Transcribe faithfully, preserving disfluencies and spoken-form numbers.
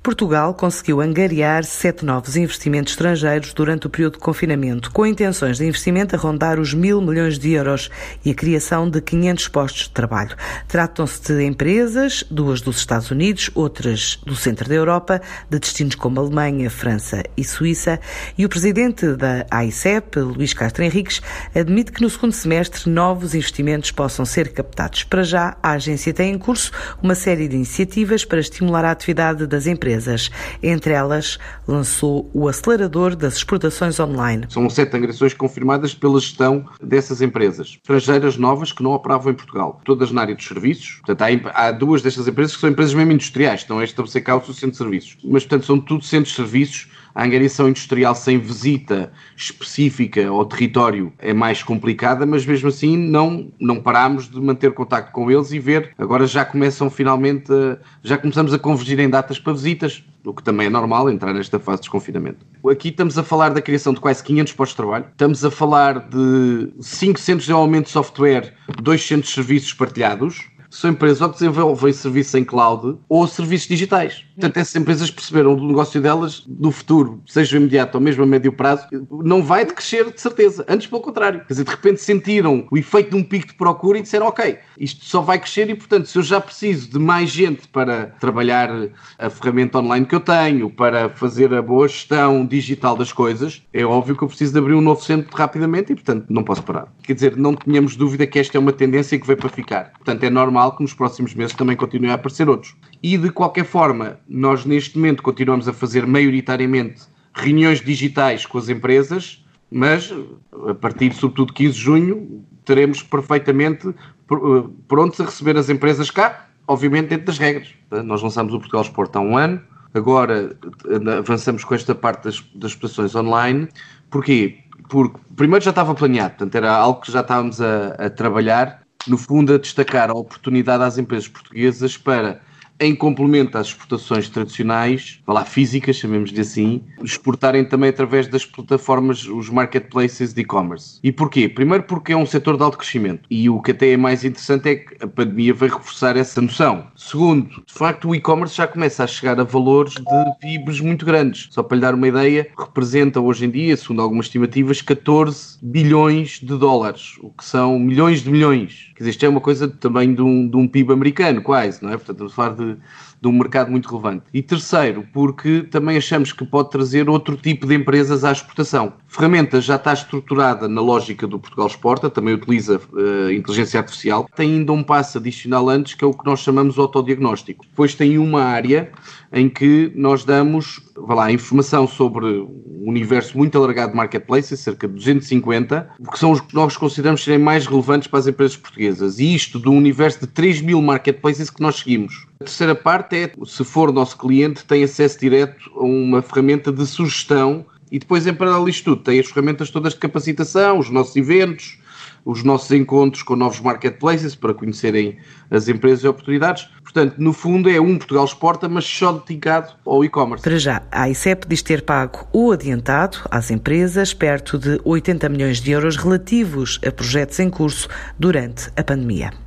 Portugal conseguiu angariar sete novos investimentos estrangeiros durante o período de confinamento, com intenções de investimento a rondar os mil milhões de euros e a criação de quinhentos postos de trabalho. Tratam-se de empresas, duas dos Estados Unidos, outras do centro da Europa, de destinos como Alemanha, França e Suíça, e o presidente da A I C E P, Luís Castro Henriques, admite que no segundo semestre novos investimentos possam ser captados. Para já, a agência tem em curso uma série de iniciativas para estimular a atividade das empresas. Entre elas, lançou o acelerador das exportações online. São sete angariações confirmadas pela gestão dessas empresas estrangeiras novas que não operavam em Portugal, todas na área dos serviços. Portanto, há, há duas destas empresas que são empresas mesmo industriais, estão a estabelecer cá o seu centro de serviços. Mas, portanto, são tudo centros de serviços. A angariação industrial sem visita específica ao território é mais complicada, mas mesmo assim não, não parámos de manter contacto com eles e ver, agora já começam finalmente, a, já começamos a convergir em datas para visitas, o que também é normal entrar nesta fase de desconfinamento. Aqui estamos a falar da criação de quase quinhentos postos de trabalho, estamos a falar de cinco centros de desenvolvimento de software, dois centros de serviços partilhados. São empresas ou que desenvolvem serviços em cloud ou serviços digitais. Portanto, essas empresas perceberam do negócio delas, do futuro, seja imediato ou mesmo a médio prazo, não vai decrescer de certeza. Antes, pelo contrário. Quer dizer, de repente sentiram o efeito de um pico de procura e disseram, ok, isto só vai crescer e, portanto, se eu já preciso de mais gente para trabalhar a ferramenta online que eu tenho, para fazer a boa gestão digital das coisas, é óbvio que eu preciso de abrir um novo centro rapidamente e, portanto, não posso parar. Quer dizer, não tenhamos dúvida que esta é uma tendência que veio para ficar. Portanto, é normal que nos próximos meses também continuem a aparecer outros. E, de qualquer forma, nós neste momento continuamos a fazer maioritariamente reuniões digitais com as empresas, mas a partir, sobretudo, de quinze de junho, teremos perfeitamente prontos a receber as empresas cá, obviamente dentro das regras. Nós lançámos o Portugal Export há um ano, agora avançamos com esta parte das, das exportações online. Porquê? Porque primeiro já estava planeado, portanto era algo que já estávamos a, a trabalhar, no fundo a destacar a oportunidade às empresas portuguesas para, em complemento às exportações tradicionais, vá lá, físicas, chamemos-lhe assim, exportarem também através das plataformas, os marketplaces de e-commerce. E porquê? Primeiro porque é um setor de alto crescimento e o que até é mais interessante é que a pandemia veio reforçar essa noção. Segundo, de facto o e-commerce já começa a chegar a valores de P I Bs muito grandes. Só para lhe dar uma ideia, representa hoje em dia, segundo algumas estimativas, catorze bilhões de dólares, o que são milhões de milhões. Quer dizer, isto é uma coisa também de um, de um P I B americano, quase, não é? Portanto, estamos a falar de, de um mercado muito relevante. E terceiro, porque também achamos que pode trazer outro tipo de empresas à exportação. A ferramenta já está estruturada na lógica do Portugal Exporta, também utiliza uh, inteligência artificial. Tem ainda um passo adicional antes, que é o que nós chamamos de autodiagnóstico. Depois tem uma área em que nós damos, vá lá, informação sobre um universo muito alargado de marketplaces, cerca de duzentos e cinquenta, que são os que nós consideramos serem mais relevantes para as empresas portuguesas. E isto do universo de três mil marketplaces que nós seguimos. A terceira parte é, se for nosso cliente, tem acesso direto a uma ferramenta de sugestão e depois, em paralelo isto tudo, tem as ferramentas todas de capacitação, os nossos eventos, os nossos encontros com novos marketplaces para conhecerem as empresas e oportunidades. Portanto, no fundo é um Portugal Exporta, mas só dedicado ao e-commerce. Para já, a A I C E P diz ter pago o adiantado às empresas perto de oitenta milhões de euros relativos a projetos em curso durante a pandemia.